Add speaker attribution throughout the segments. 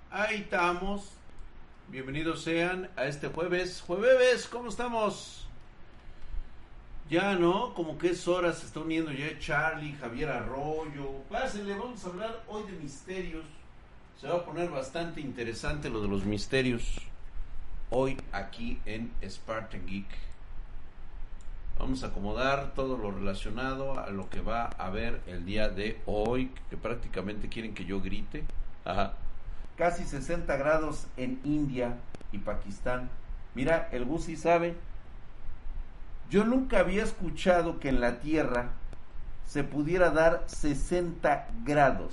Speaker 1: Ahí estamos. Bienvenidos sean a este jueves. Jueves, ¿cómo estamos? Ya, ¿no? Como que es hora, se está uniendo ya Charlie, Javier Arroyo. Pásenle, vamos a hablar hoy de misterios. Se va a poner bastante interesante lo de los misterios. Hoy aquí en Spartan Geek. Vamos a acomodar todo lo relacionado a lo que va a haber el día de hoy, que prácticamente quieren que yo grite. Ajá. Casi 60 grados en India y Pakistán. Mira, el Gus sí sabe. Yo nunca había escuchado que en la Tierra se pudiera dar 60 grados.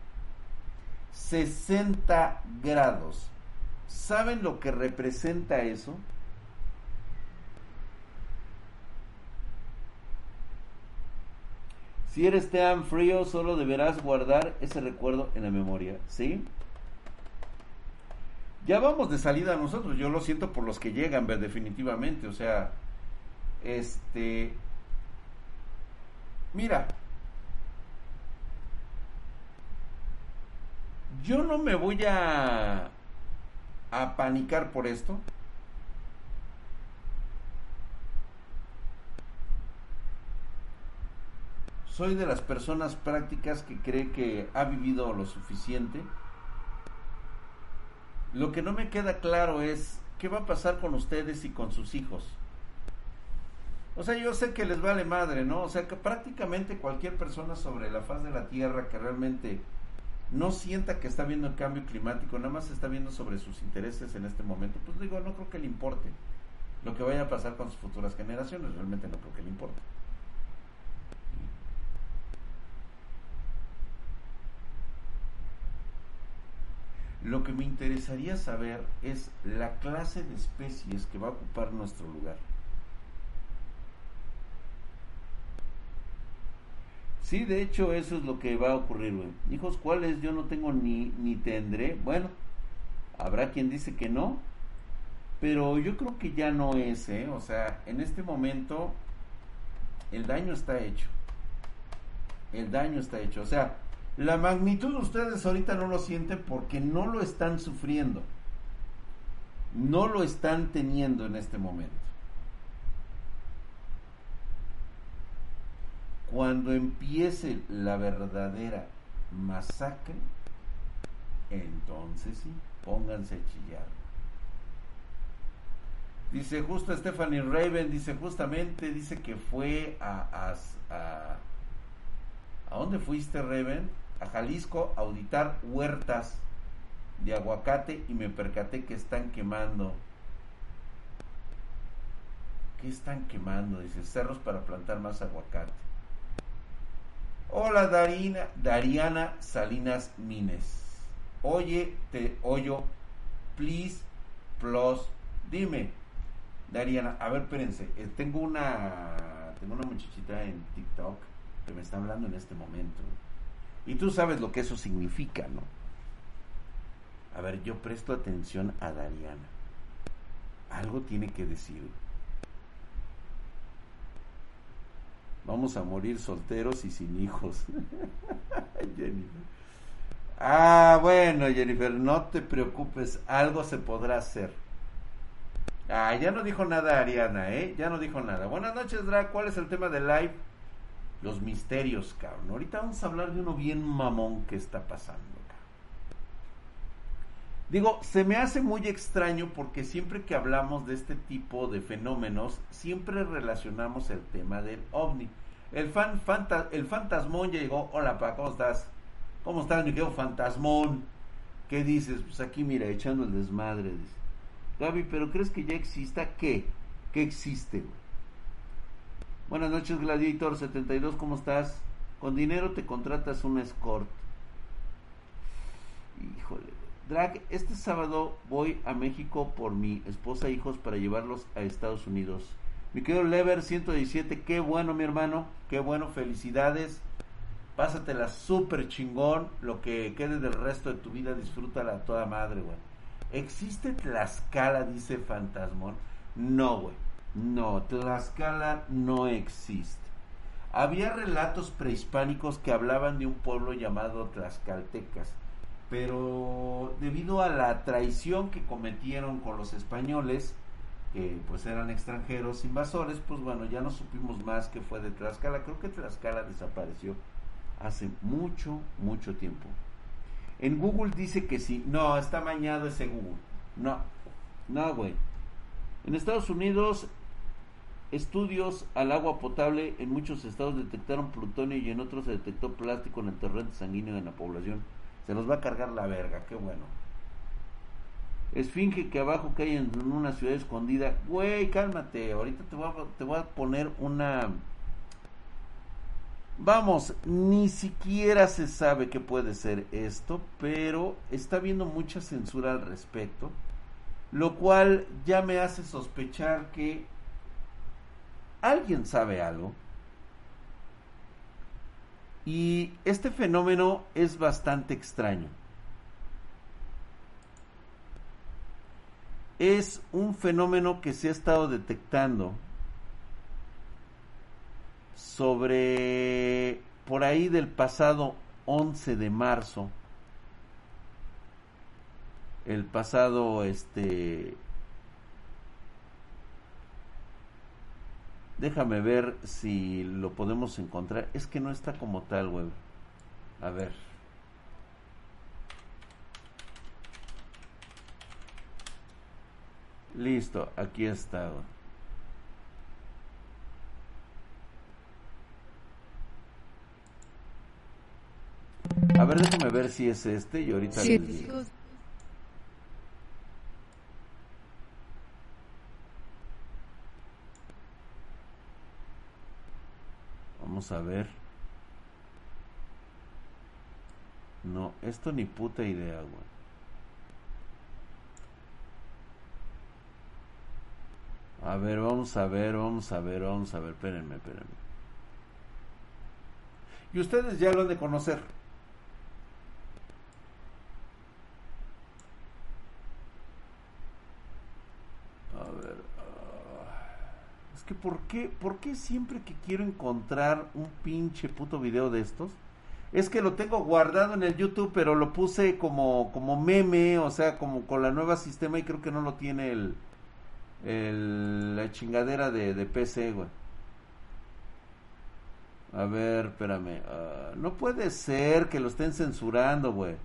Speaker 1: 60 grados. ¿Saben lo que representa eso? Si eres tan frío, solo deberás guardar ese recuerdo en la memoria, ¿sí? Ya vamos de salida nosotros, yo lo siento por los que llegan, definitivamente, o sea, mira, yo no me voy a panicar por esto. Soy de las personas prácticas que cree que ha vivido lo suficiente. Lo que no me queda claro es qué va a pasar con ustedes y con sus hijos. O sea, yo sé que les vale madre, ¿no? O sea, que prácticamente cualquier persona sobre la faz de la Tierra que realmente no sienta que está viendo el cambio climático, nada más está viendo sobre sus intereses en este momento, pues digo, no creo que le importe lo que vaya a pasar con sus futuras generaciones, realmente no creo que le importe. Lo que me interesaría saber es la clase de especies que va a ocupar nuestro lugar. Sí, de hecho eso es lo que va a ocurrir, güey. Hijos, ¿cuáles? Yo no tengo ni tendré. Bueno, habrá quien dice que no, pero yo creo que ya no es, ¿eh? O sea, en este momento el daño está hecho. El daño está hecho. O sea, la magnitud ustedes ahorita no lo sienten porque no lo están sufriendo. No lo están teniendo en este momento. Cuando empiece la verdadera masacre, entonces sí, pónganse a chillar. Dice justo Stephanie Raven, dice justamente, dice que fue ¿a dónde fuiste, Raven? A Jalisco a auditar huertas de aguacate y me percaté que están quemando. ¿Qué están quemando? Dice, cerros para plantar más aguacate. Hola Dariana Salinas Mines. Oye, te oyo, please, plus, dime, Dariana, a ver, espérense, tengo una muchachita en TikTok que me está hablando en este momento. Y tú sabes lo que eso significa, ¿no? A ver, yo presto atención a Dariana. Algo tiene que decir. Vamos a morir solteros y sin hijos. Jennifer. Ah, bueno, Jennifer, no te preocupes, algo se podrá hacer. Ah, ya no dijo nada Ariana, ¿eh? Ya no dijo nada. Buenas noches, Drag. ¿Cuál es el tema del live? Los misterios, cabrón. Ahorita vamos a hablar de uno bien mamón que está pasando, cabrón. Digo, se me hace muy extraño porque siempre que hablamos de este tipo de fenómenos, siempre relacionamos el tema del ovni. El fantasmón llegó. Hola, pa, ¿cómo estás? ¿Cómo estás, mi querido fantasmón? ¿Qué dices? Pues aquí, mira, echando el desmadre, dice. Gaby, ¿pero crees que ya exista qué? ¿Qué existe, güey? Buenas noches, Gladiator72, ¿cómo estás? Con dinero te contratas un escort. Híjole. Drag, este sábado voy a México por mi esposa e hijos para llevarlos a Estados Unidos. Mi querido Lever 117, qué bueno, mi hermano, qué bueno, felicidades. Pásatela súper chingón. Lo que quede del resto de tu vida, disfrútala a toda madre, güey. ¿Existe Tlaxcala? Dice Fantasmón. No, güey. No, Tlaxcala no existe. Había relatos prehispánicos que hablaban de un pueblo llamado Tlaxcaltecas, pero debido a la traición que cometieron con los españoles, que pues eran extranjeros invasores, pues bueno, ya no supimos más que fue de Tlaxcala. Creo que Tlaxcala desapareció hace mucho, mucho tiempo. En Google dice que sí. No, está mañado ese Google. No, no, güey. En Estados Unidos, estudios al agua potable en muchos estados detectaron plutonio y en otros se detectó plástico en el torrente sanguíneo de la población. Se los va a cargar la verga, qué bueno. Esfinge que abajo que hay en una ciudad escondida. Güey, cálmate. Ahorita te voy a poner una... Vamos, ni siquiera se sabe qué puede ser esto, pero está habiendo mucha censura al respecto, lo cual ya me hace sospechar que alguien sabe algo. Y este fenómeno es bastante extraño. Es un fenómeno que se ha estado detectando sobre por ahí del pasado 11 de marzo. El pasado déjame ver si lo podemos encontrar. Es que no está como tal, güey. A ver. Listo, aquí está, güey. A ver, déjame ver si es este y ahorita
Speaker 2: Sí.
Speaker 1: les digo. Vamos a ver. No, esto ni puta idea, güey. A ver, vamos a ver, vamos a ver, vamos a ver. Espérenme, espérenme. Y ustedes ya lo han de conocer. A ver. Es que ¿por qué siempre que quiero encontrar un pinche puto video de estos? Es que lo tengo guardado en el YouTube, pero lo puse como meme, o sea, como con la nueva sistema y creo que no lo tiene la chingadera de PC, güey. A ver, espérame. No puede ser que lo estén censurando, güey.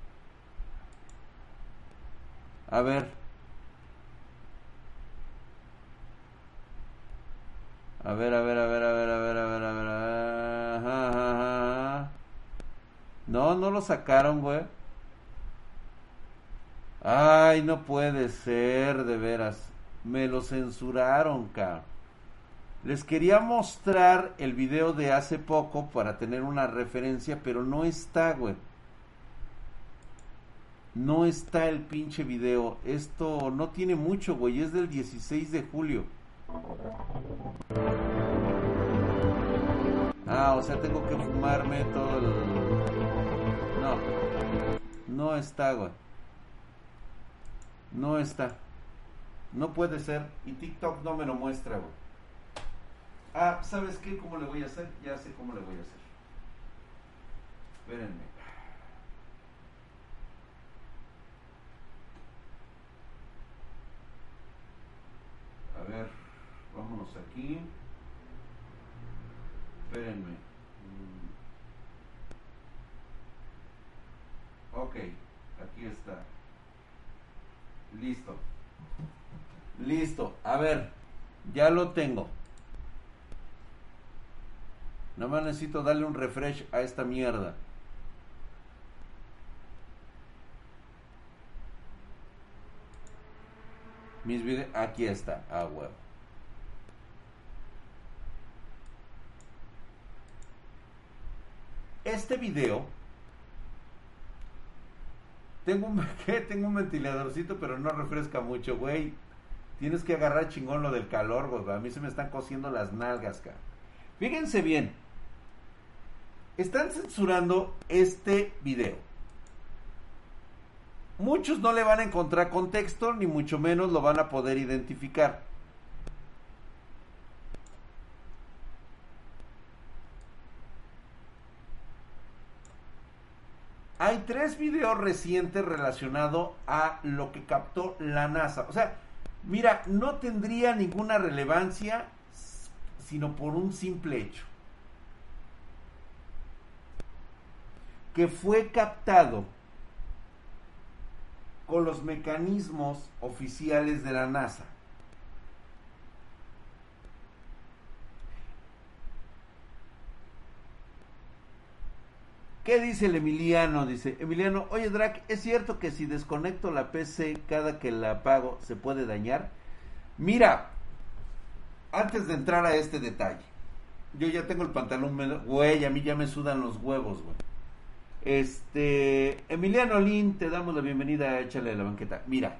Speaker 1: A ver. A ver, a ver, a ver, a ver, a ver, a ver, a ver. Ajá, ajá, ajá. No, no lo sacaron, güey. Ay, no puede ser, de veras. Me lo censuraron, cabrón. Les quería mostrar el video de hace poco para tener una referencia, pero no está, güey. No está el pinche video. Esto no tiene mucho, güey. Es del 16 de julio. Ah, o sea, tengo que fumarme todo el... No, no está, güey. No está. No puede ser. Y TikTok no me lo muestra, güey. Ah, ¿sabes qué? ¿Cómo le voy a hacer? Ya sé cómo le voy a hacer. Espérenme. A ver, vámonos aquí. Espérenme. Ok, aquí está. Listo. Listo. A ver, ya lo tengo. Nada más necesito darle un refresh a esta mierda. Mis videos. Aquí está. Ah, huevo. Este video. Tengo un, ¿qué? Tengo un ventiladorcito, pero no refresca mucho, güey. Tienes que agarrar chingón lo del calor, güey. A mí se me están cosiendo las nalgas, cara. Fíjense bien. Están censurando este video. Muchos no le van a encontrar contexto, ni mucho menos lo van a poder identificar. Hay 3 videos recientes relacionados a lo que captó la NASA. O sea, mira, no tendría ninguna relevancia sino por un simple hecho. Que fue captado con los mecanismos oficiales de la NASA. ¿Qué dice el Emiliano? Dice, Emiliano, oye Drac, ¿es cierto que si desconecto la PC cada que la apago se puede dañar? Mira, antes de entrar a este detalle, yo ya tengo el pantalón húmedo, güey, a mí ya me sudan los huevos, güey. Emiliano Lin, te damos la bienvenida, échale la banqueta. Mira,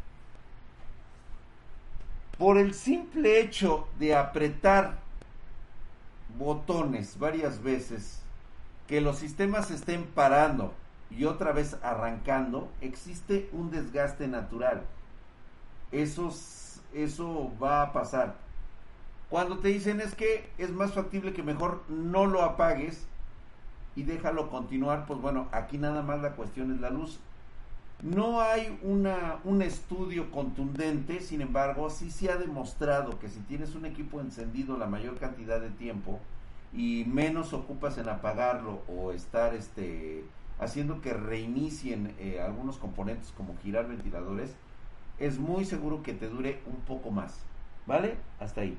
Speaker 1: por el simple hecho de apretar botones varias veces, que los sistemas se estén parando y otra vez arrancando, existe un desgaste natural. Eso va a pasar. Cuando te dicen es que es más factible que mejor no lo apagues y déjalo continuar, pues bueno, aquí nada más la cuestión es la luz. No hay un estudio contundente, sin embargo, sí se ha demostrado que si tienes un equipo encendido la mayor cantidad de tiempo y menos ocupas en apagarlo o estar haciendo que reinicien algunos componentes como girar ventiladores, es muy seguro que te dure un poco más, ¿vale? Hasta ahí.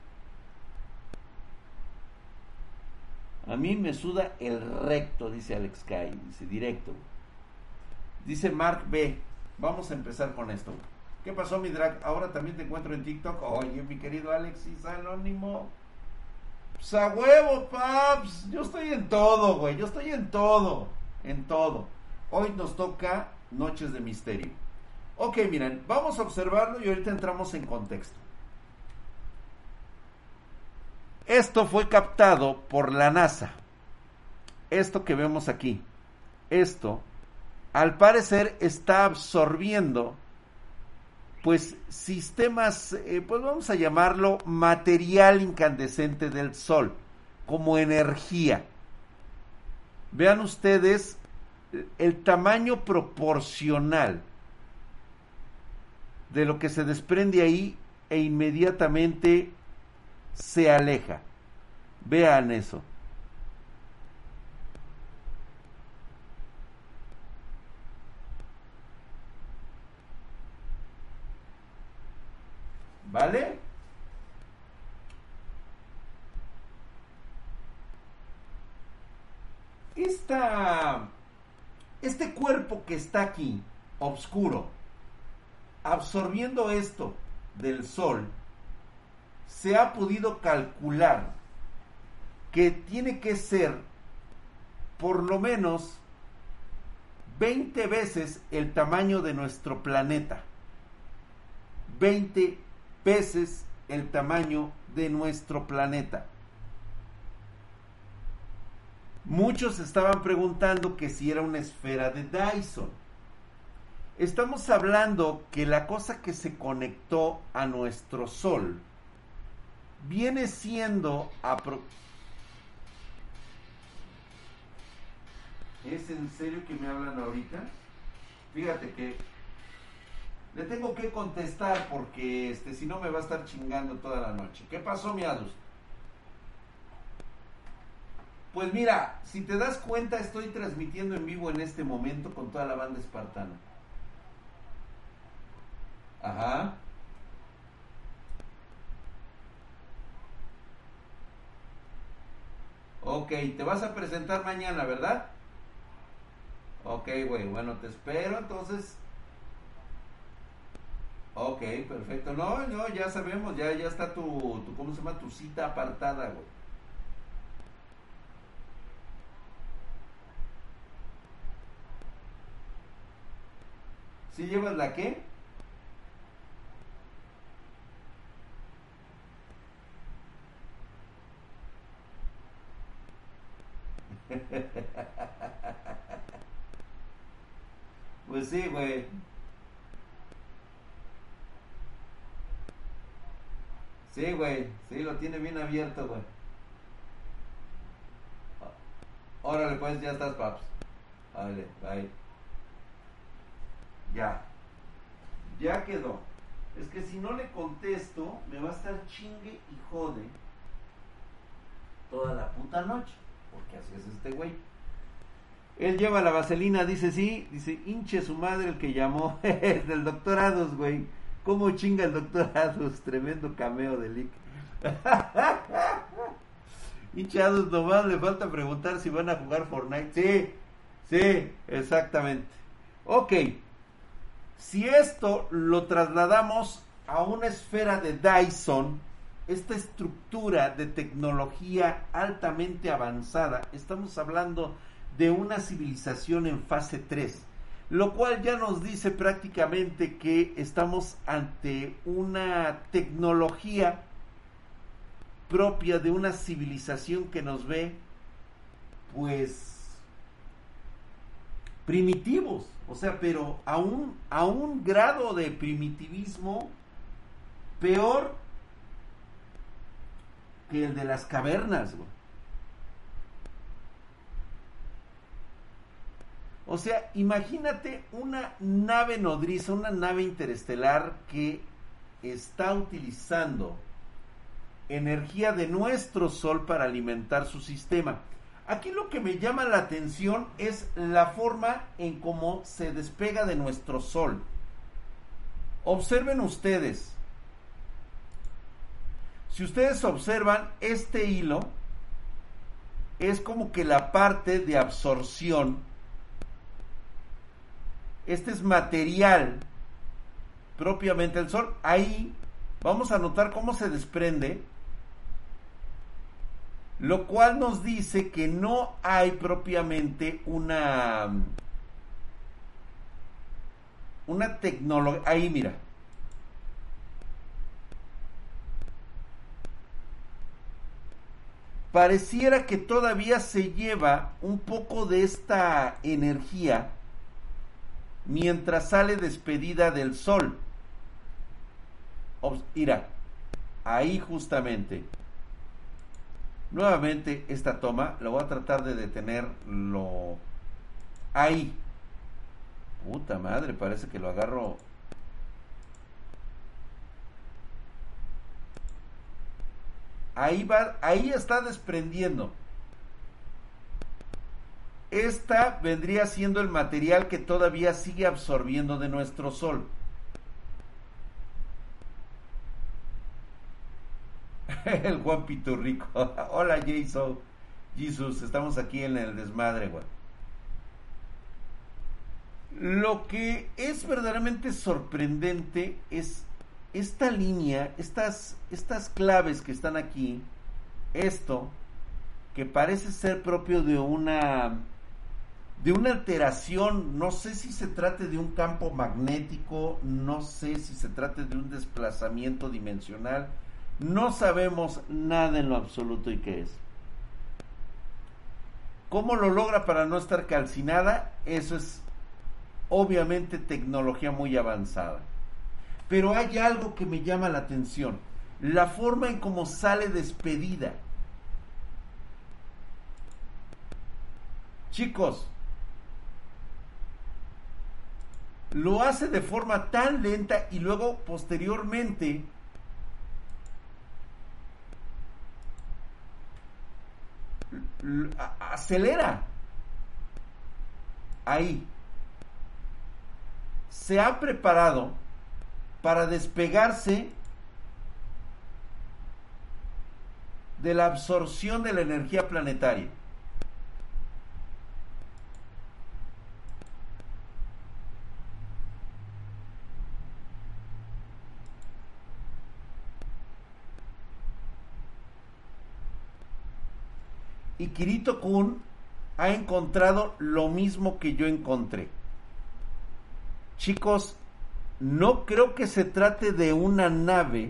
Speaker 1: A mí me suda el recto, dice Alex Kai, dice directo. Dice Mark B, vamos a empezar con esto. ¿Qué pasó, mi drag? Ahora también te encuentro en TikTok. Oye, mi querido Alexis Anónimo. Pues a huevo, paps. Yo estoy en todo, güey. Yo estoy en todo. En todo. Hoy nos toca Noches de Misterio. Ok, miren, vamos a observarlo y ahorita entramos en contexto. Esto fue captado por la NASA. Esto que vemos aquí. Esto, al parecer, está absorbiendo, pues, sistemas, pues vamos a llamarlo material incandescente del Sol, como energía. Vean ustedes el tamaño proporcional de lo que se desprende ahí e inmediatamente se aleja. Vean eso. ¿Vale? Este cuerpo que está aquí, oscuro, absorbiendo esto del Sol, se ha podido calcular que tiene que ser por lo menos 20 veces el tamaño de nuestro planeta. 20 veces el tamaño de nuestro planeta. Muchos estaban preguntando que si era una esfera de Dyson. Estamos hablando que la cosa que se conectó a nuestro Sol viene siendo ¿Es en serio que me hablan ahorita? Fíjate que le tengo que contestar porque si no me va a estar chingando toda la noche. ¿Qué pasó, miados? Pues mira, si te das cuenta, estoy transmitiendo en vivo en este momento con toda la banda espartana. Ajá. Ok, te vas a presentar mañana, ¿verdad? Ok, güey, bueno, te espero, entonces. Ok, perfecto. No, no, ya sabemos, ya está tu ¿cómo se llama? Tu cita apartada, güey. ¿Sí llevas la qué? Pues sí, güey. Sí, güey. Sí, lo tiene bien abierto, güey. Órale, pues, ya estás, paps. Vale, bye. Ya. Ya quedó. Es que si no le contesto, me va a estar chingue y jode toda la puta noche. Porque así es este güey. Él lleva la vaselina, dice sí, dice, hinche su madre el que llamó. Es del doctor Adus, güey. ¿Cómo chinga el doctor Adus? Tremendo cameo de Lick. Hinche Adus, nomás le falta preguntar si van a jugar Fortnite. Sí, sí, exactamente. Ok. Si esto lo trasladamos a una esfera de Dyson, esta estructura de tecnología altamente avanzada, estamos hablando de una civilización en fase 3, lo cual ya nos dice prácticamente que estamos ante una tecnología propia de una civilización que nos ve, pues, primitivos, o sea, pero a un grado de primitivismo peor que el de las cavernas, güey. O sea, imagínate una nave nodriza, una nave interestelar que está utilizando energía de nuestro Sol para alimentar su sistema. Aquí lo que me llama la atención es la forma en cómo se despega de nuestro Sol. Observen ustedes. Si ustedes observan, este hilo es como que la parte de absorción. Este es material propiamente del Sol. Ahí vamos a notar cómo se desprende, lo cual nos dice que no hay propiamente una tecnología. Ahí mira. Pareciera que todavía se lleva un poco de esta energía mientras sale despedida del Sol. Mira, ahí justamente. Nuevamente esta toma, la voy a tratar de detenerlo. Ahí. Puta madre, parece que lo agarro. Ahí va, ahí está desprendiendo. Esta vendría siendo el material que todavía sigue absorbiendo de nuestro Sol. El Juan Piturrico. Hola Jason. Jesus, estamos aquí en el desmadre, güey. Lo que es verdaderamente sorprendente es esta línea, estas claves que están aquí, esto que parece ser propio de una alteración, no sé si se trate de un campo magnético, no sé si se trate de un desplazamiento dimensional, no sabemos nada en lo absoluto y qué es. ¿Cómo lo logra para no estar calcinada? Eso es obviamente tecnología muy avanzada. Pero hay algo que me llama la atención, la forma en cómo sale despedida. Chicos, lo hace de forma tan lenta y luego posteriormente acelera. Ahí se ha preparado para despegarse de la absorción de la energía planetaria. Y Kirito-kun ha encontrado lo mismo que yo encontré. Chicos, no creo que se trate de una nave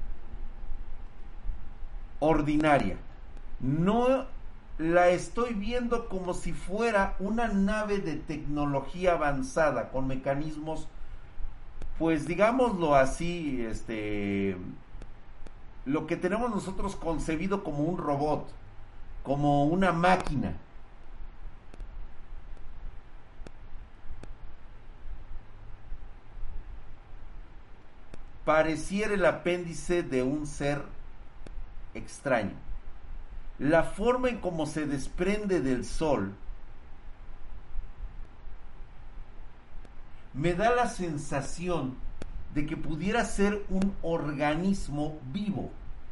Speaker 1: ordinaria. No la estoy viendo como si fuera una nave de tecnología avanzada con mecanismos, pues digámoslo así, lo que tenemos nosotros concebido como un robot, como una máquina. pareciera el apéndice de un ser extraño. La forma en cómo se desprende del Sol me da la sensación de que pudiera ser un organismo vivo.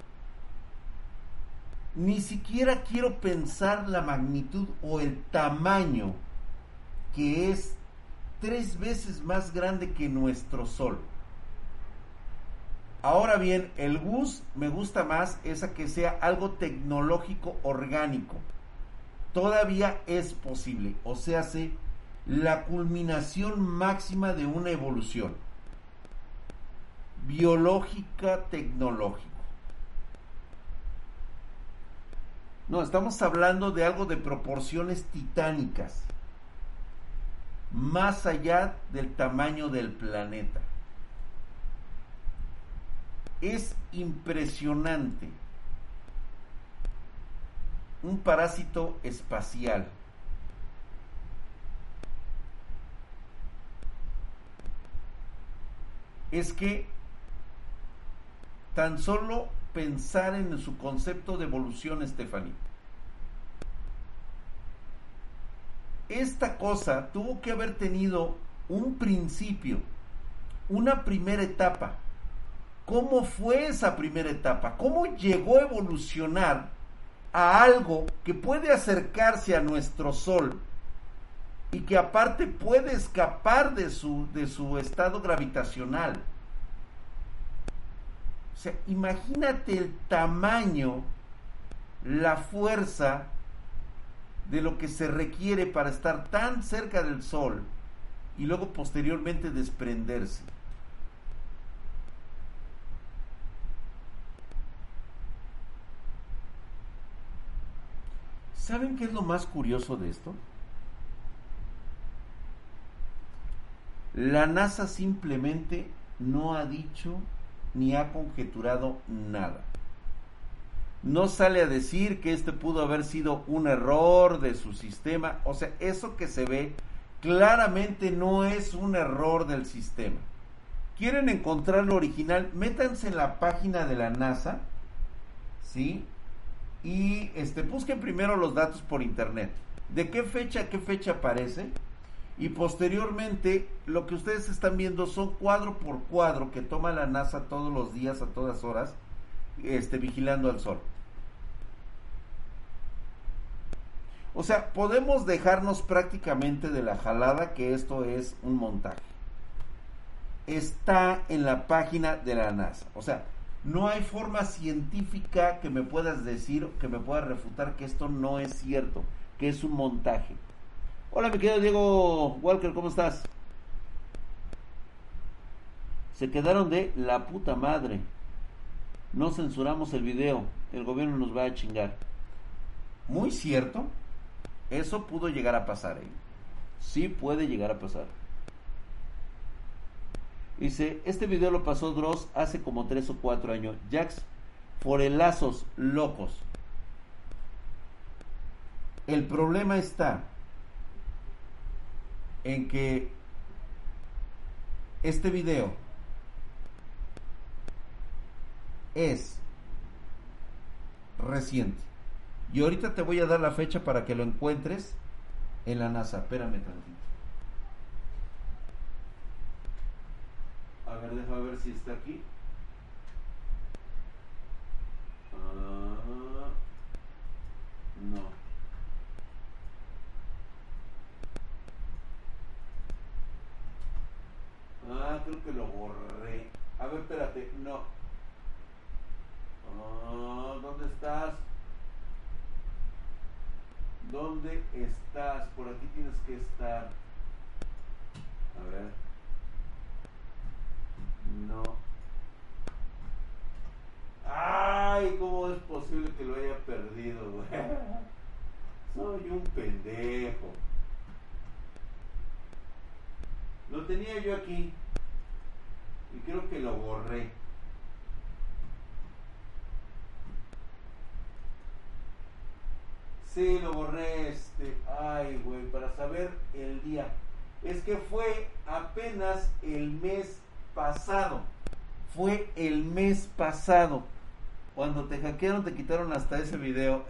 Speaker 1: Ni siquiera quiero pensar la magnitud o el tamaño, que es 3 veces más grande que nuestro Sol. Ahora bien, el GUS me gusta más esa que sea algo tecnológico orgánico. Todavía es posible, o sea, la culminación máxima de una evolución biológica tecnológica. No, estamos hablando de algo de proporciones titánicas, más allá del tamaño del planeta. Es impresionante. Un parásito espacial. Es que tan solo pensar en su concepto de evolución, Stephanie. Esta cosa tuvo que haber tenido un principio, una primera etapa. ¿Cómo fue esa primera etapa? ¿Cómo llegó a evolucionar a algo que puede acercarse a nuestro Sol y que aparte puede escapar de su estado gravitacional? O sea, imagínate el tamaño, la fuerza de lo que se requiere para estar tan cerca del Sol y luego posteriormente desprenderse. ¿Saben qué es lo más curioso de esto? La NASA simplemente no ha dicho ni ha conjeturado nada. No sale a decir que este pudo haber sido un error de su sistema. O sea, eso que se ve claramente no es un error del sistema. ¿Quieren encontrar lo original? Métanse en la página de la NASA, ¿sí? Y busquen primero los datos por internet. ¿De qué fecha a qué fecha aparece? Y posteriormente lo que ustedes están viendo son cuadro por cuadro que toma la NASA todos los días, a todas horas, vigilando al Sol. O sea, podemos dejarnos prácticamente de la jalada que esto es un montaje. Está en la página de la NASA. O sea, no hay forma científica que me puedas decir, que me puedas refutar que esto no es cierto, que es un montaje. Hola, mi querido Diego Walker, ¿cómo estás? Se quedaron de la puta madre. No censuramos el video, el gobierno nos va a chingar. Muy cierto, eso pudo llegar a pasar, ¿eh? Sí puede llegar a pasar. Dice, este video lo pasó Dross hace como 3 o 4 años. Jax, forelazos locos. El problema está en que este video es reciente. Y ahorita te voy a dar la fecha para que lo encuentres en la NASA. Espérame tantito. A ver, déjame ver si está aquí. No. Creo que lo borré. A ver, espérate, no. ¿Dónde estás? ¿Dónde estás? Por aquí tienes que estar. A ver. No. Ay, ¿cómo es posible que lo haya perdido, güey? Soy un pendejo. Lo tenía yo aquí y creo que lo borré. Sí, lo borré, ay, güey, para saber el día. Es que fue apenas el mes pasado. fue el mes pasado. Cuando te hackearon, te quitaron hasta ese video.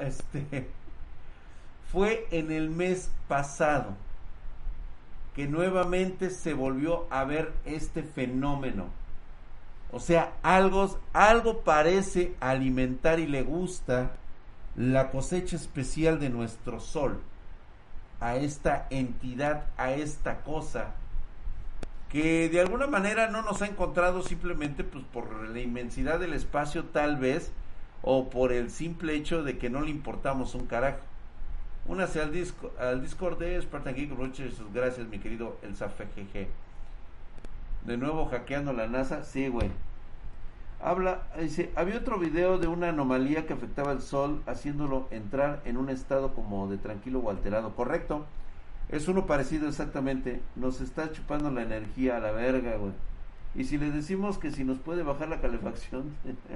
Speaker 1: Fue en el mes pasado que nuevamente se volvió a ver este fenómeno. O sea, algo parece alimentar y le gusta la cosecha especial de nuestro sol a esta entidad, a esta cosa que de alguna manera no nos ha encontrado simplemente pues por la inmensidad del espacio tal vez, o por el simple hecho de que no le importamos un carajo. Únase al Discord de Spartan Geek. Muchas gracias, mi querido Elsa FGG. De nuevo hackeando la NASA. Sí, güey. Dice, había otro video de una anomalía que afectaba el sol, haciéndolo entrar en un estado como de tranquilo o alterado. Correcto. Es uno parecido exactamente. Nos está chupando la energía a la verga, güey. Y si le decimos que si nos puede bajar la calefacción.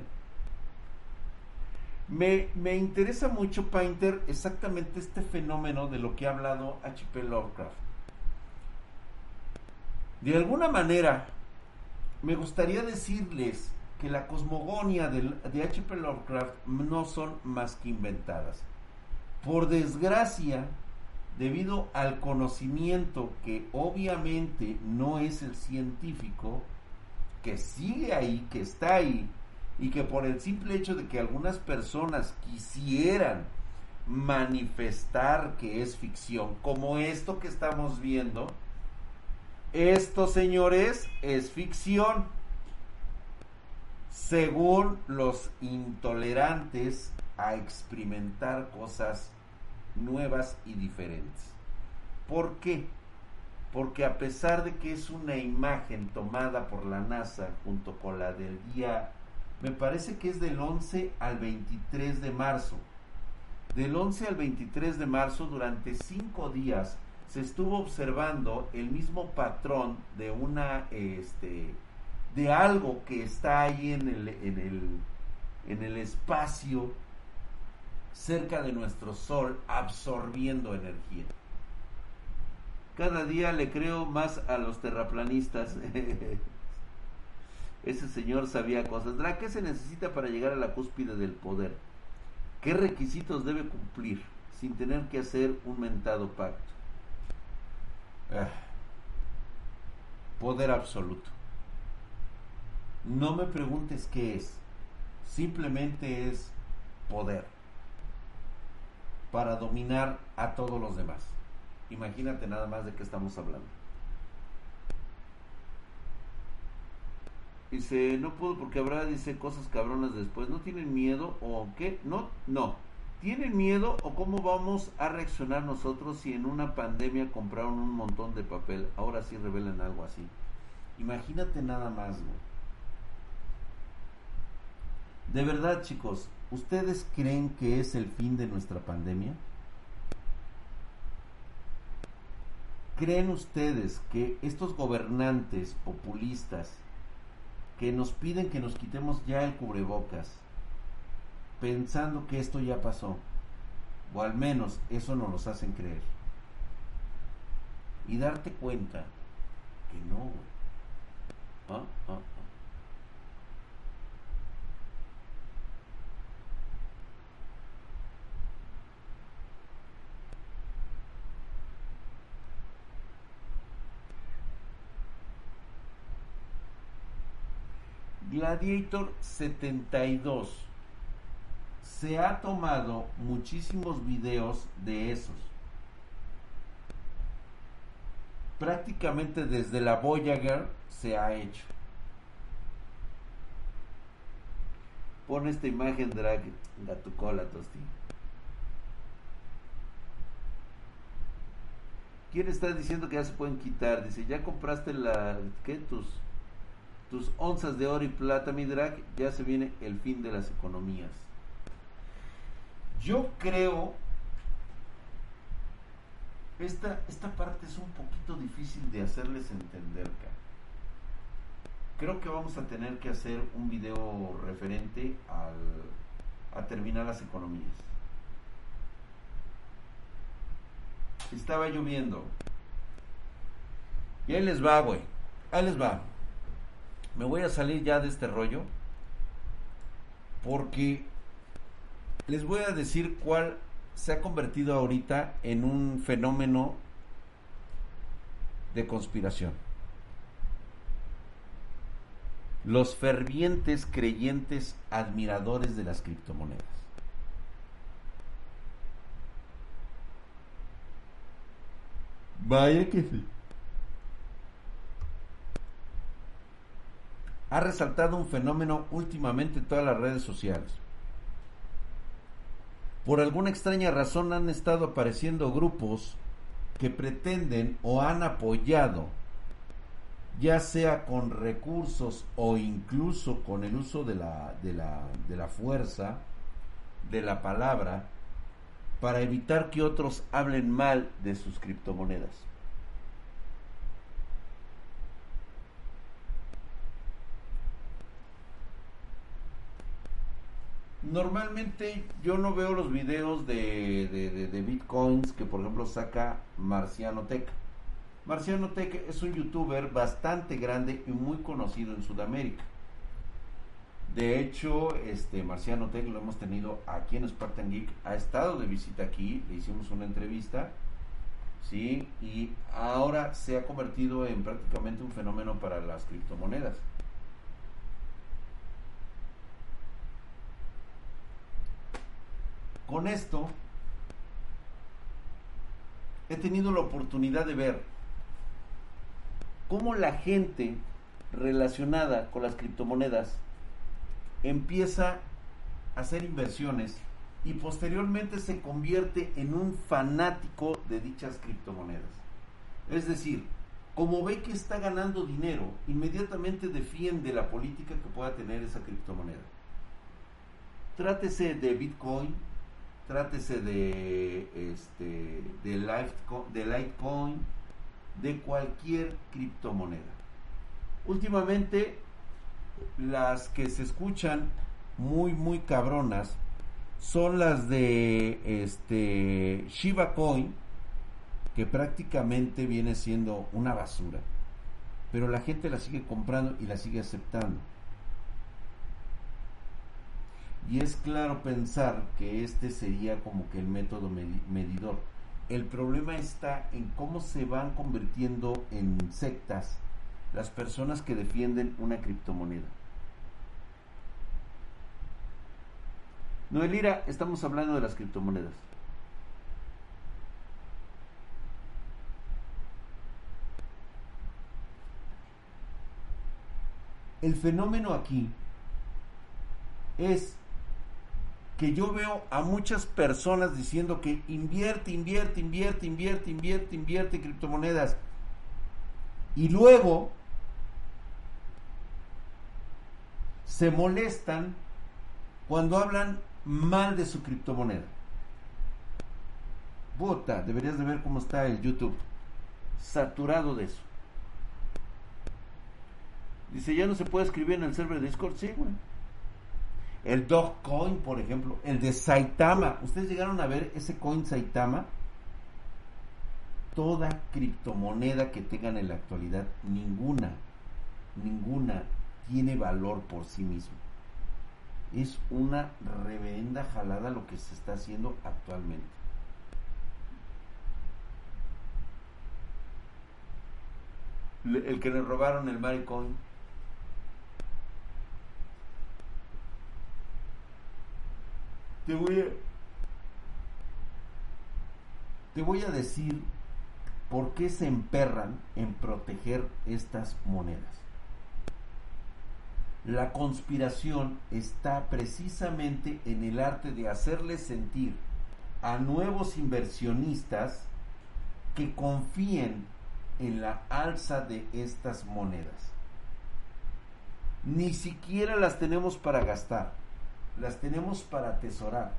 Speaker 1: Me interesa mucho, Painter, exactamente este fenómeno de lo que ha hablado H.P. Lovecraft. De alguna manera, me gustaría decirles que la cosmogonía de H.P. Lovecraft no son más que inventadas. Por desgracia, debido al conocimiento que obviamente no es el científico, que sigue ahí, que está ahí, y que por el simple hecho de que algunas personas quisieran manifestar que es ficción, como esto que estamos viendo, esto, señores, es ficción, según los intolerantes a experimentar cosas nuevas y diferentes. ¿Por qué? Porque a pesar de que es una imagen tomada por la NASA junto con la del día, me parece que es del 11 al 23 de marzo. Del 11 al 23 de marzo, durante 5 días, se estuvo observando el mismo patrón de de algo que está ahí en el espacio cerca de nuestro sol, absorbiendo energía. Cada día le creo más a los terraplanistas. Ese señor sabía cosas. Drake, ¿qué se necesita para llegar a la cúspide del poder? ¿Qué requisitos debe cumplir sin tener que hacer un mentado pacto? Poder absoluto. No me preguntes qué es. Simplemente es poder para dominar a todos los demás. Imagínate nada más de qué estamos hablando. Dice, no puedo porque habrá, dice, cosas cabronas después. ¿No tienen miedo o qué? No. ¿Tienen miedo o cómo vamos a reaccionar nosotros si en una pandemia compraron un montón de papel? Ahora sí revelan algo así. Imagínate nada más, güey. De verdad, chicos, ¿ustedes creen que es el fin de nuestra pandemia? ¿Creen ustedes que estos gobernantes populistas que nos piden que nos quitemos ya el cubrebocas, pensando que esto ya pasó, o al menos eso nos los hacen creer, y darte cuenta que no, güey? Gladiator 72. Se ha tomado muchísimos videos de esos. Prácticamente desde la Voyager se ha hecho. Pon esta imagen, Drag, a tu cola, Tosti. ¿Quién está diciendo que ya se pueden quitar? Dice, ¿ya compraste tus onzas de oro y plata, mi Drag? Ya se viene el fin de las economías. Yo creo esta parte es un poquito difícil de hacerles entender, cara. Creo que vamos a tener que hacer un video referente a terminar las economías. Estaba lloviendo y ahí les va, güey. Ahí les va. Me voy a salir ya de este rollo porque les voy a decir cuál se ha convertido ahorita en un fenómeno de conspiración. Los fervientes creyentes admiradores de las criptomonedas. Vaya que sí. Ha resaltado un fenómeno últimamente en todas las redes sociales. Por alguna extraña razón han estado apareciendo grupos que pretenden o han apoyado, ya sea con recursos o incluso con el uso de la fuerza, de la palabra, para evitar que otros hablen mal de sus criptomonedas. Normalmente yo no veo los videos de bitcoins que por ejemplo saca Marciano Tech. Marciano Tech es un youtuber bastante grande y muy conocido en Sudamérica. De hecho, Marciano Tech lo hemos tenido aquí en Spartan Geek, ha estado de visita aquí, le hicimos una entrevista, ¿sí? Y ahora se ha convertido en prácticamente un fenómeno para las criptomonedas. Con esto, he tenido la oportunidad de ver cómo la gente relacionada con las criptomonedas empieza a hacer inversiones y posteriormente se convierte en un fanático de dichas criptomonedas. Es decir, como ve que está ganando dinero, inmediatamente defiende la política que pueda tener esa criptomoneda. Trátese de Bitcoin, trátese de Litecoin, de cualquier criptomoneda. Últimamente las que se escuchan muy cabronas son las de Shiba Coin, que prácticamente viene siendo una basura, pero la gente la sigue comprando y la sigue aceptando. Y es claro pensar que este sería como que el método medidor. El problema está en cómo se van convirtiendo en sectas las personas que defienden una criptomoneda. Noelira, estamos hablando de las criptomonedas. El fenómeno aquí es que yo veo a muchas personas diciendo que invierte en criptomonedas, y luego se molestan cuando hablan mal de su criptomoneda. Puta, deberías de ver cómo está el YouTube, saturado de eso. Dice, ya no se puede escribir en el server de Discord. Sí, güey. El Dogecoin, por ejemplo, el de Saitama. ¿Ustedes llegaron a ver ese coin Saitama? Toda criptomoneda que tengan en la actualidad, ninguna tiene valor por sí mismo. Es una reverenda jalada lo que se está haciendo actualmente. El que le robaron el Maricoin. Te voy a decir por qué se emperran en proteger estas monedas. La conspiración está precisamente en el arte de hacerles sentir a nuevos inversionistas que confíen en la alza de estas monedas. Ni siquiera las tenemos para gastar, las tenemos para atesorar.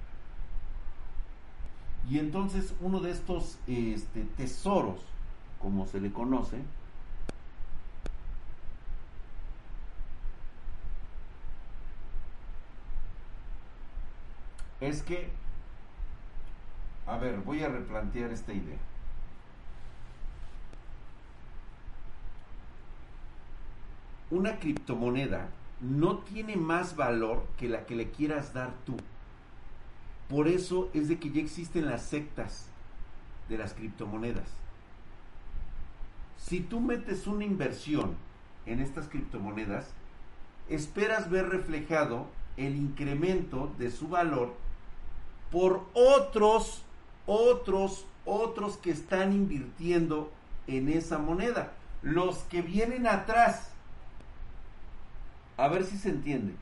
Speaker 1: Y entonces uno de estos tesoros, como se le conoce, es que, a ver, voy a replantear esta idea. una criptomoneda no tiene más valor que la que le quieras dar tú. Por eso es de que ya existen las sectas de las criptomonedas. Si tú metes una inversión en estas criptomonedas, esperas ver reflejado el incremento de su valor por otros que están invirtiendo en esa moneda, los que vienen atrás. A ver si se entiende.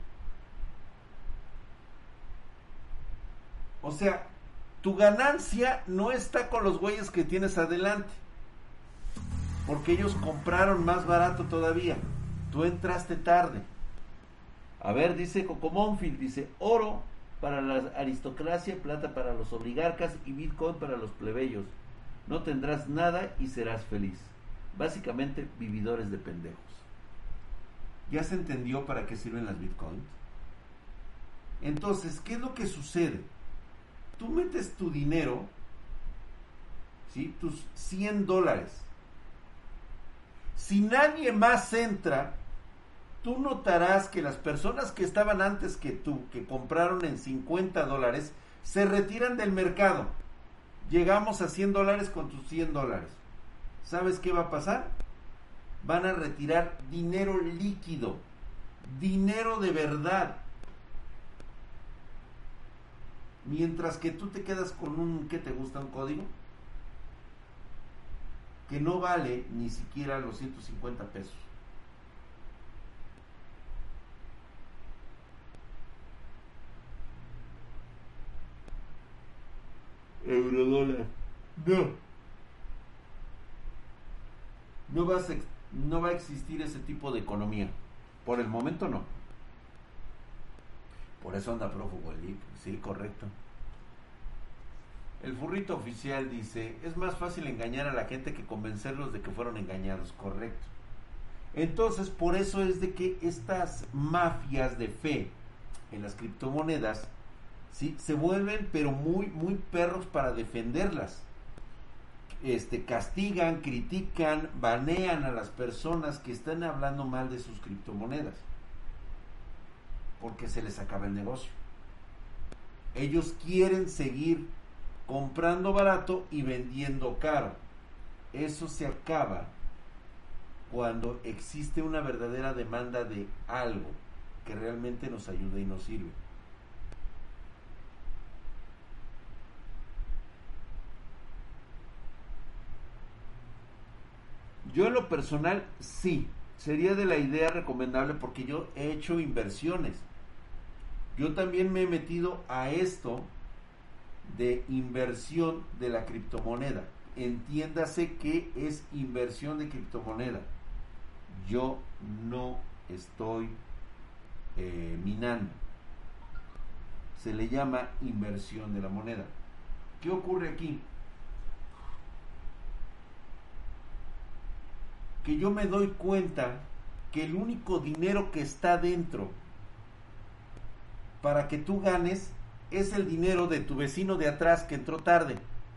Speaker 1: O sea, tu ganancia no está con los güeyes que tienes adelante, porque ellos compraron más barato todavía. Tú entraste tarde. A ver, dice Cocomonfil, dice oro para la aristocracia, plata para los oligarcas y Bitcoin para los plebeyos. No tendrás nada y serás feliz. Básicamente, vividores de pendejos. ¿Ya se entendió para qué sirven las Bitcoins? Entonces, ¿qué es lo que sucede? Tú metes tu dinero, ¿sí? Tus $100. Si nadie más entra, tú notarás que las personas que estaban antes que tú, que compraron en $50, se retiran del mercado. Llegamos a $100 con tus $100. ¿Sabes qué va a pasar? Van a retirar dinero líquido, dinero de verdad. Mientras que tú te quedas con un, ¿qué te gusta? Un código que no vale ni siquiera los 150 pesos. Eurodólar. No va a existir ese tipo de economía. Por el momento no. Por eso anda prófugo el IC. Sí, correcto. El furrito oficial dice, es más fácil engañar a la gente que convencerlos de que fueron engañados. Correcto. Entonces, por eso es de que estas mafias de fe en las criptomonedas, ¿sí?, se vuelven pero muy, muy perros para defenderlas. Castigan, critican, banean a las personas que están hablando mal de sus criptomonedas, porque se les acaba el negocio. Ellos quieren seguir comprando barato y vendiendo caro. Eso se acaba cuando existe una verdadera demanda de algo que realmente nos ayuda y nos sirve. Yo en lo personal sí, sería de la idea recomendable porque yo he hecho inversiones. Yo también me he metido a esto de inversión de la criptomoneda. Entiéndase que es inversión de criptomoneda. Yo no estoy minando. Se le llama inversión de la moneda. ¿Qué ocurre aquí? Que yo me doy cuenta que el único dinero que está dentro para que tú ganes es el dinero de tu vecino de atrás que entró tarde.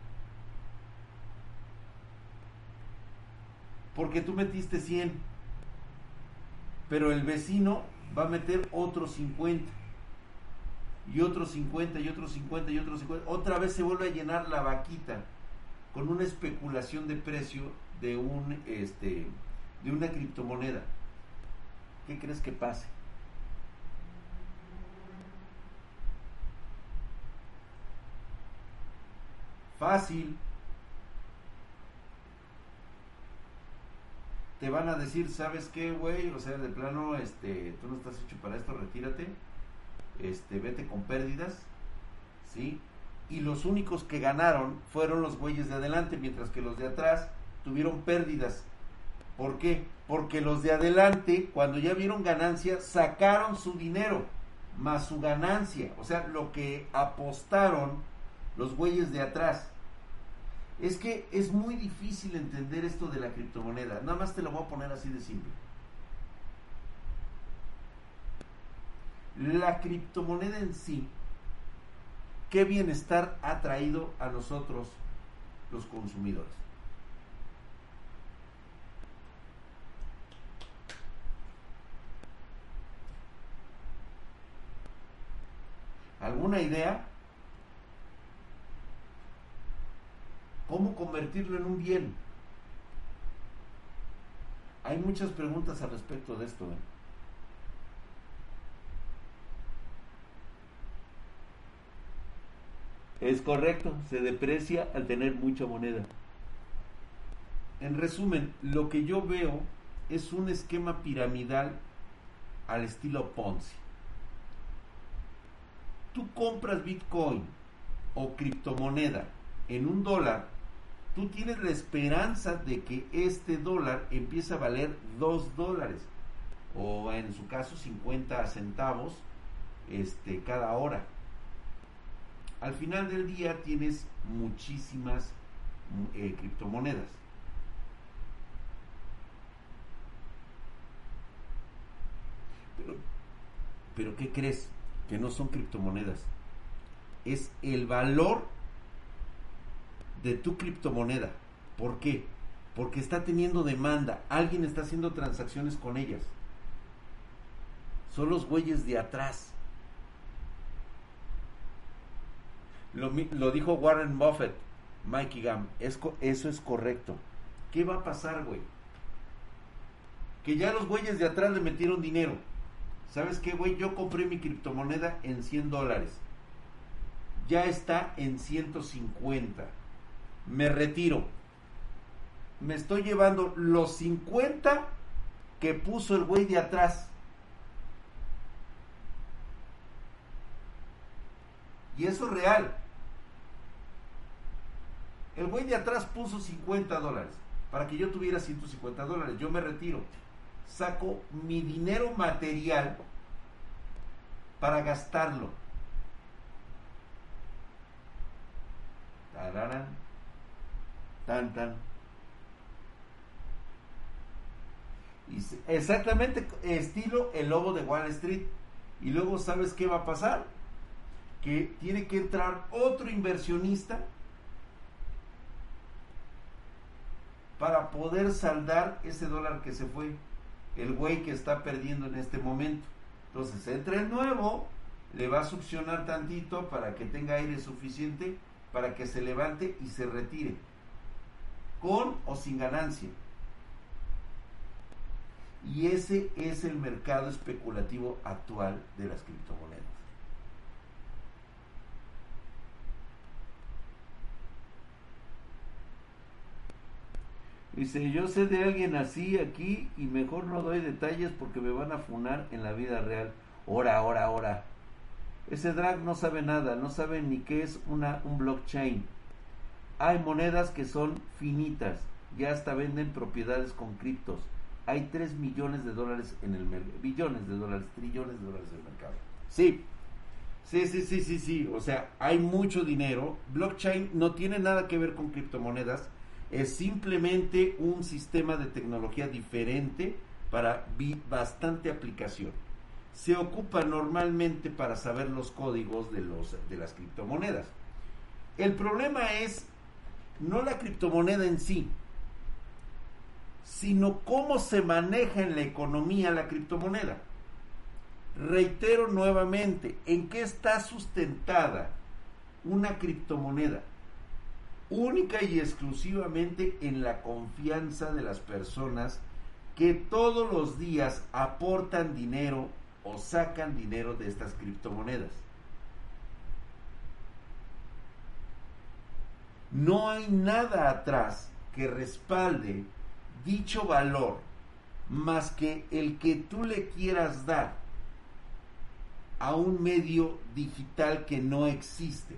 Speaker 1: Porque tú metiste 100, pero el vecino va a meter otros 50 y otros 50 y otros 50 y otros 50. Otra vez se vuelve a llenar la vaquita con una especulación de precio de una criptomoneda. ¿Qué crees que pase? Fácil. Te van a decir, ¿sabes qué, güey? O sea, de plano, tú no estás hecho para esto, retírate. Vete con pérdidas, ¿sí? Y los únicos que ganaron fueron los güeyes de adelante, mientras que los de atrás tuvieron pérdidas. ¿Por qué? Porque los de adelante, cuando ya vieron ganancia, sacaron su dinero más su ganancia, o sea, lo que apostaron los güeyes de atrás. Es que es muy difícil entender esto de la criptomoneda. Nada más te lo voy a poner así de simple. La criptomoneda en sí, ¿qué bienestar ha traído a nosotros los consumidores? ¿Alguna idea? ¿Cómo convertirlo en un bien? Hay muchas preguntas al respecto de esto. Es correcto, se deprecia al tener mucha moneda. En resumen, lo que yo veo es un esquema piramidal al estilo Ponzi. Tú compras Bitcoin o criptomoneda en $1, tú tienes la esperanza de que este dólar empiece a valer $2 o en su caso 50 centavos cada hora. Al final del día tienes muchísimas criptomonedas. Pero ¿qué crees? Que no son criptomonedas. Es el valor de tu criptomoneda. ¿Por qué? Porque está teniendo demanda. Alguien está haciendo transacciones con ellas. Son los güeyes de atrás. Lo dijo Warren Buffett, Mikey Gam. Eso es correcto. ¿Qué va a pasar, güey? Que ya los güeyes de atrás le metieron dinero. ¿Sabes qué, güey? Yo compré mi criptomoneda en $100. Ya está en 150. Me retiro. Me estoy llevando los 50 que puso el güey de atrás. Y eso es real. El güey de atrás puso $50 para que yo tuviera $150. Yo me retiro. Saco mi dinero material para gastarlo. Tararán, tan tan. Y exactamente estilo el lobo de Wall Street. Y luego, ¿sabes qué va a pasar? Que tiene que entrar otro inversionista para poder saldar ese dólar que se fue. El güey que está perdiendo en este momento. Entonces entra el nuevo, le va a succionar tantito para que tenga aire suficiente para que se levante y se retire, con o sin ganancia. Y ese es el mercado especulativo actual de las criptomonedas. Dice, yo sé de alguien así aquí y mejor no doy detalles porque me van a funar en la vida real. Ora. Ese drag no sabe nada, no sabe ni qué es un blockchain. Hay monedas que son finitas, ya hasta venden propiedades con criptos. Hay 3 millones de dólares en el mercado, billones de dólares, trillones de dólares en el mercado. Sí. O sea, hay mucho dinero. Blockchain no tiene nada que ver con criptomonedas. Es simplemente un sistema de tecnología diferente para bastante aplicación. Se ocupa normalmente para saber los códigos de las criptomonedas. El problema es no la criptomoneda en sí, sino cómo se maneja en la economía la criptomoneda. Reitero nuevamente, ¿en qué está sustentada una criptomoneda? Única y exclusivamente en la confianza de las personas que todos los días aportan dinero o sacan dinero de estas criptomonedas. No hay nada atrás que respalde dicho valor más que el que tú le quieras dar a un medio digital que no existe.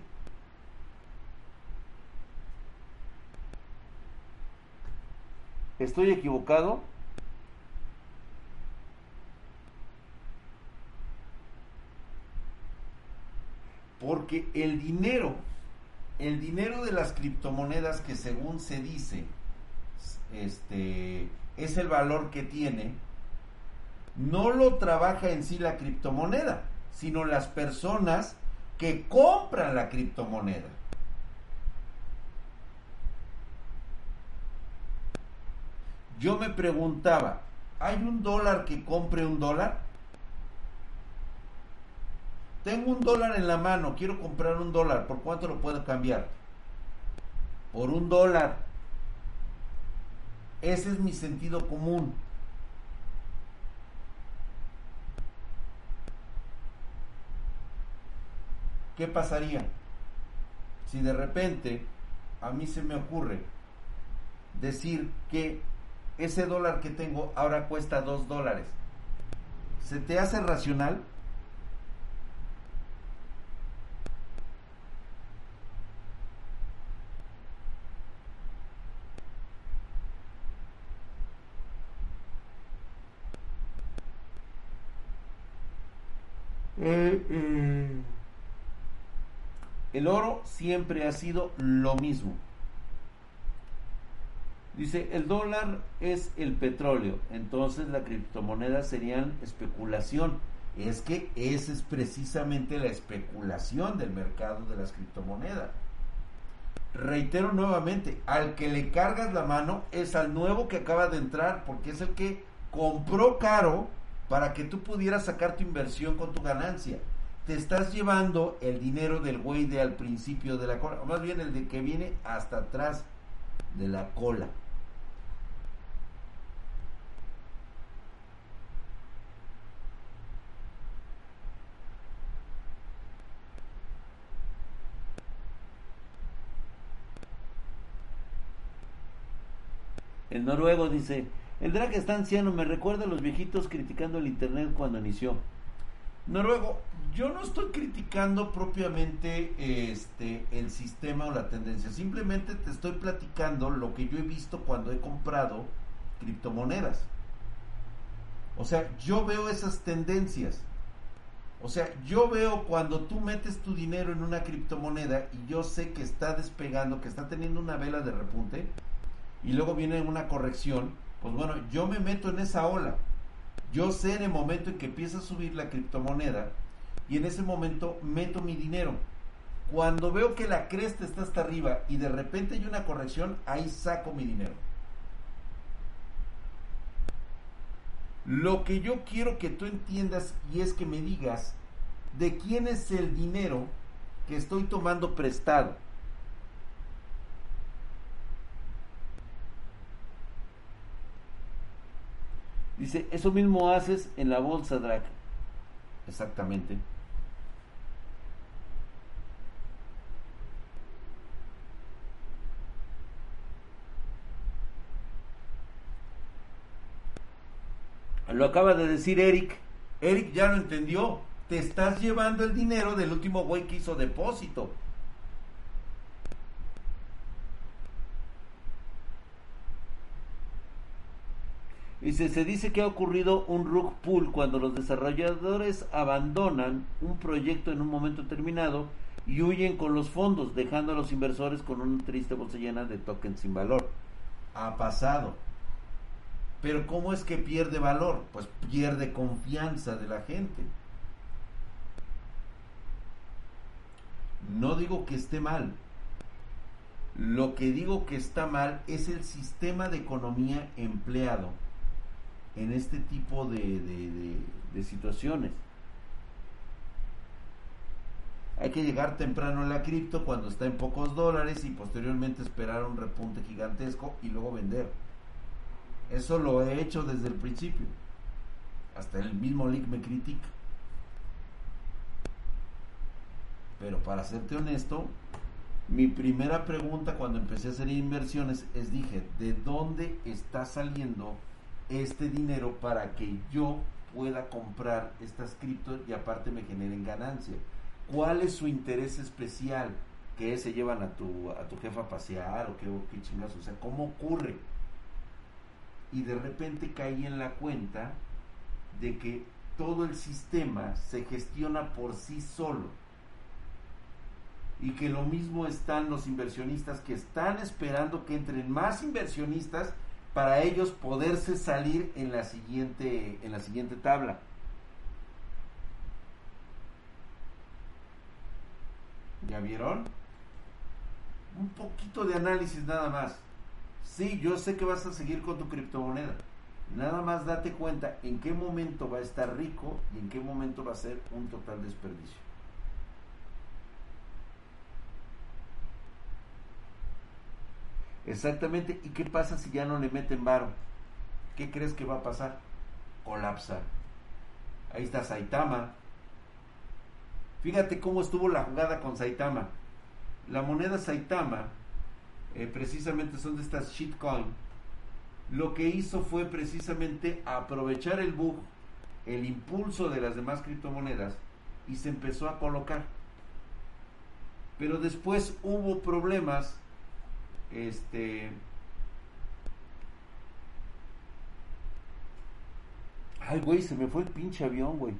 Speaker 1: ¿Estoy equivocado? Porque el dinero de las criptomonedas, que según se dice es el valor que tiene, no lo trabaja en sí la criptomoneda, sino las personas que compran la criptomoneda. Yo me preguntaba, ¿hay un dólar que compre un dólar? tengo $1 en la mano, quiero comprar $1, ¿por cuánto lo puedo cambiar? Por $1. Ese es mi sentido común. ¿Qué pasaría si de repente a mí se me ocurre decir que ese dólar que tengo ahora cuesta $2? ¿Se te hace racional? El oro siempre ha sido lo mismo. Dice, el dólar es el petróleo, entonces la criptomoneda serían especulación. Es que esa es precisamente la especulación del mercado de las criptomonedas. Reitero nuevamente, al que le cargas la mano es al nuevo que acaba de entrar, porque es el que compró caro para que tú pudieras sacar tu inversión con tu ganancia. Te estás llevando el dinero del güey de al principio de la cola, o más bien el de que viene hasta atrás de la cola. El noruego dice, el drag está anciano, me recuerda a los viejitos criticando el internet cuando inició. Noruego, yo no estoy criticando propiamente el sistema o la tendencia, simplemente te estoy platicando lo que yo he visto cuando he comprado criptomonedas. O sea, yo veo esas tendencias. O sea, yo veo cuando tú metes tu dinero en una criptomoneda y yo sé que está despegando, que está teniendo una vela de repunte y luego viene una corrección, pues bueno, yo me meto en esa ola. Yo sé en el momento en que empieza a subir la criptomoneda y en ese momento meto mi dinero. Cuando veo que la cresta está hasta arriba y de repente hay una corrección, ahí saco mi dinero. Lo que yo quiero que tú entiendas y es que me digas de quién es el dinero que estoy tomando prestado. Dice, eso mismo haces en la bolsa, Drag. Exactamente. Lo acaba de decir Eric. Eric ya lo entendió. Te estás llevando el dinero del último güey que hizo depósito. Dice, se dice que ha ocurrido un rug pull cuando los desarrolladores abandonan un proyecto en un momento determinado y huyen con los fondos, dejando a los inversores con una triste bolsa llena de tokens sin valor. Ha pasado. Pero ¿cómo es que pierde valor? Pues pierde confianza de la gente. No digo que esté mal. Lo que digo que está mal es el sistema de economía empleado en este tipo de situaciones. Hay que llegar temprano a la cripto cuando está en pocos dólares y posteriormente esperar un repunte gigantesco y luego vender. Eso lo he hecho desde el principio. Hasta el mismo Lick me critica. Pero para serte honesto, mi primera pregunta cuando empecé a hacer inversiones es dije, ¿de dónde está saliendo este dinero para que yo pueda comprar estas criptos y aparte me generen ganancia? ¿Cuál es su interés especial? ¿Que se llevan a tu jefa a pasear o qué chingas? O sea, ¿cómo ocurre? Y de repente caí en la cuenta de que todo el sistema se gestiona por sí solo y que lo mismo están los inversionistas que están esperando que entren más inversionistas para ellos poderse salir en la siguiente tabla. ¿Ya vieron? Un poquito de análisis nada más. Sí, yo sé que vas a seguir con tu criptomoneda. Nada más date cuenta en qué momento va a estar rico y en qué momento va a ser un total desperdicio. Exactamente. ¿Y qué pasa si ya no le meten varo? ¿Qué crees que va a pasar? Colapsa. Ahí está Saitama. Fíjate cómo estuvo la jugada con Saitama. La moneda Saitama, precisamente son de estas shitcoin. Lo que hizo fue precisamente aprovechar el bug, el impulso de las demás criptomonedas, y se empezó a colocar. Pero después hubo problemas. Ay, güey, se me fue el pinche avión, güey.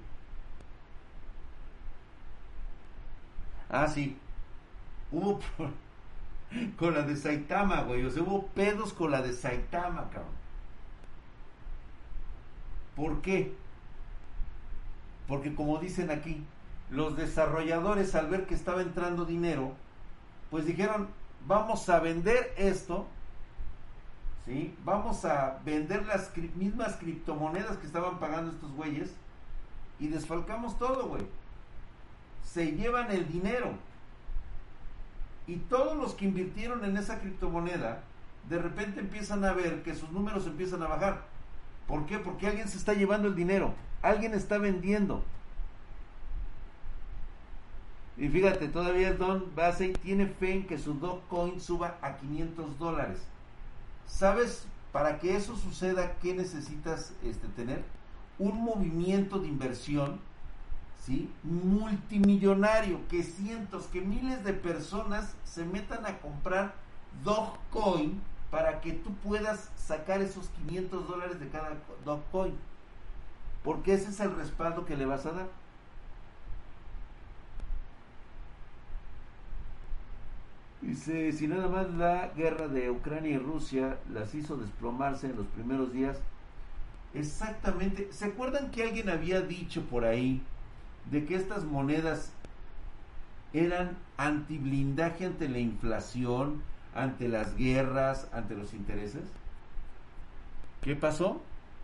Speaker 1: Ah, sí. Hubo con la de Saitama, güey. O sea, hubo pedos con la de Saitama, cabrón. ¿Por qué? Porque como dicen aquí, los desarrolladores, al ver que estaba entrando dinero, pues dijeron, vamos a vender esto, ¿sí? Vamos a vender las mismas criptomonedas que estaban pagando estos güeyes y desfalcamos todo, güey. Se llevan el dinero. Y todos los que invirtieron en esa criptomoneda, de repente empiezan a ver que sus números empiezan a bajar. ¿Por qué? Porque alguien se está llevando el dinero. Alguien está vendiendo. Y fíjate, todavía el Don Basey tiene fe en que su Dogecoin suba a $500. ¿Sabes? Para que eso suceda, ¿qué necesitas tener? Un movimiento de inversión, ¿sí? Multimillonario, que cientos, que miles de personas se metan a comprar Dogecoin para que tú puedas sacar esos $500 de cada Dogecoin. Porque ese es el respaldo que le vas a dar. Dice, si nada más la guerra de Ucrania y Rusia las hizo desplomarse en los primeros días. Exactamente. ¿Se acuerdan que alguien había dicho por ahí de que estas monedas eran antiblindaje ante la inflación, ante las guerras, ante los intereses? ¿Qué pasó?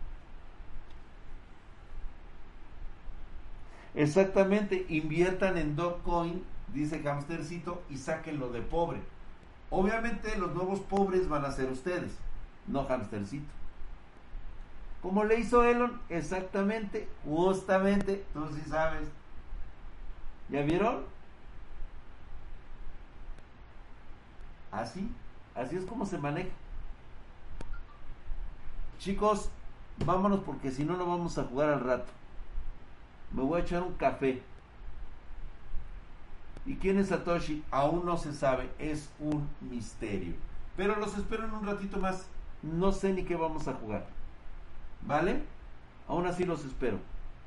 Speaker 1: Exactamente, inviertan en Dogecoin, dice Hamstercito, y sáquenlo de pobre. Obviamente los nuevos pobres van a ser ustedes, no Hamstercito. Como le hizo Elon, exactamente, justamente, tú sí sabes. ¿Ya vieron? Así es como se maneja. Chicos, vámonos porque si no, no vamos a jugar al rato. Me voy a echar un café. ¿Y quién es Satoshi? Aún no se sabe, es un misterio. Pero los espero en un ratito más. No sé ni qué vamos a jugar. ¿Vale? Aún así los espero.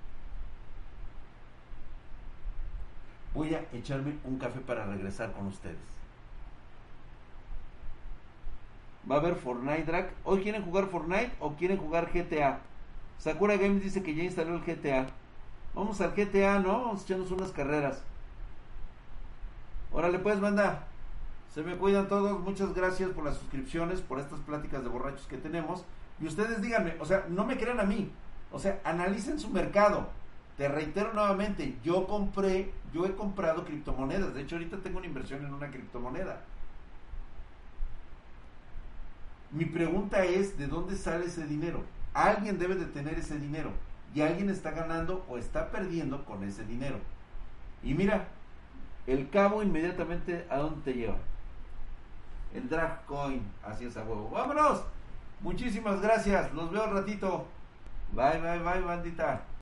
Speaker 1: Voy a echarme un café para regresar con ustedes. Va a haber Fortnite Drag. ¿Hoy quieren jugar Fortnite o quieren jugar GTA? Sakura Games dice que ya instaló el GTA. Vamos al GTA, ¿no? Vamos a echarnos unas carreras. Órale pues, banda. Se me cuidan todos. Muchas gracias por las suscripciones, por estas pláticas de borrachos que tenemos. Y ustedes díganme, o sea, no me crean a mí. O sea, analicen su mercado. Te reitero nuevamente, yo he comprado criptomonedas. De hecho, ahorita tengo una inversión en una criptomoneda. Mi pregunta es, ¿de dónde sale ese dinero? Alguien debe de tener ese dinero. Y alguien está ganando o está perdiendo con ese dinero. Y mira, el cabo inmediatamente, ¿a dónde te lleva? El Drag Coin, así es, a huevo. ¡Vámonos! Muchísimas gracias, los veo al ratito. Bye, bye, bye, bandita.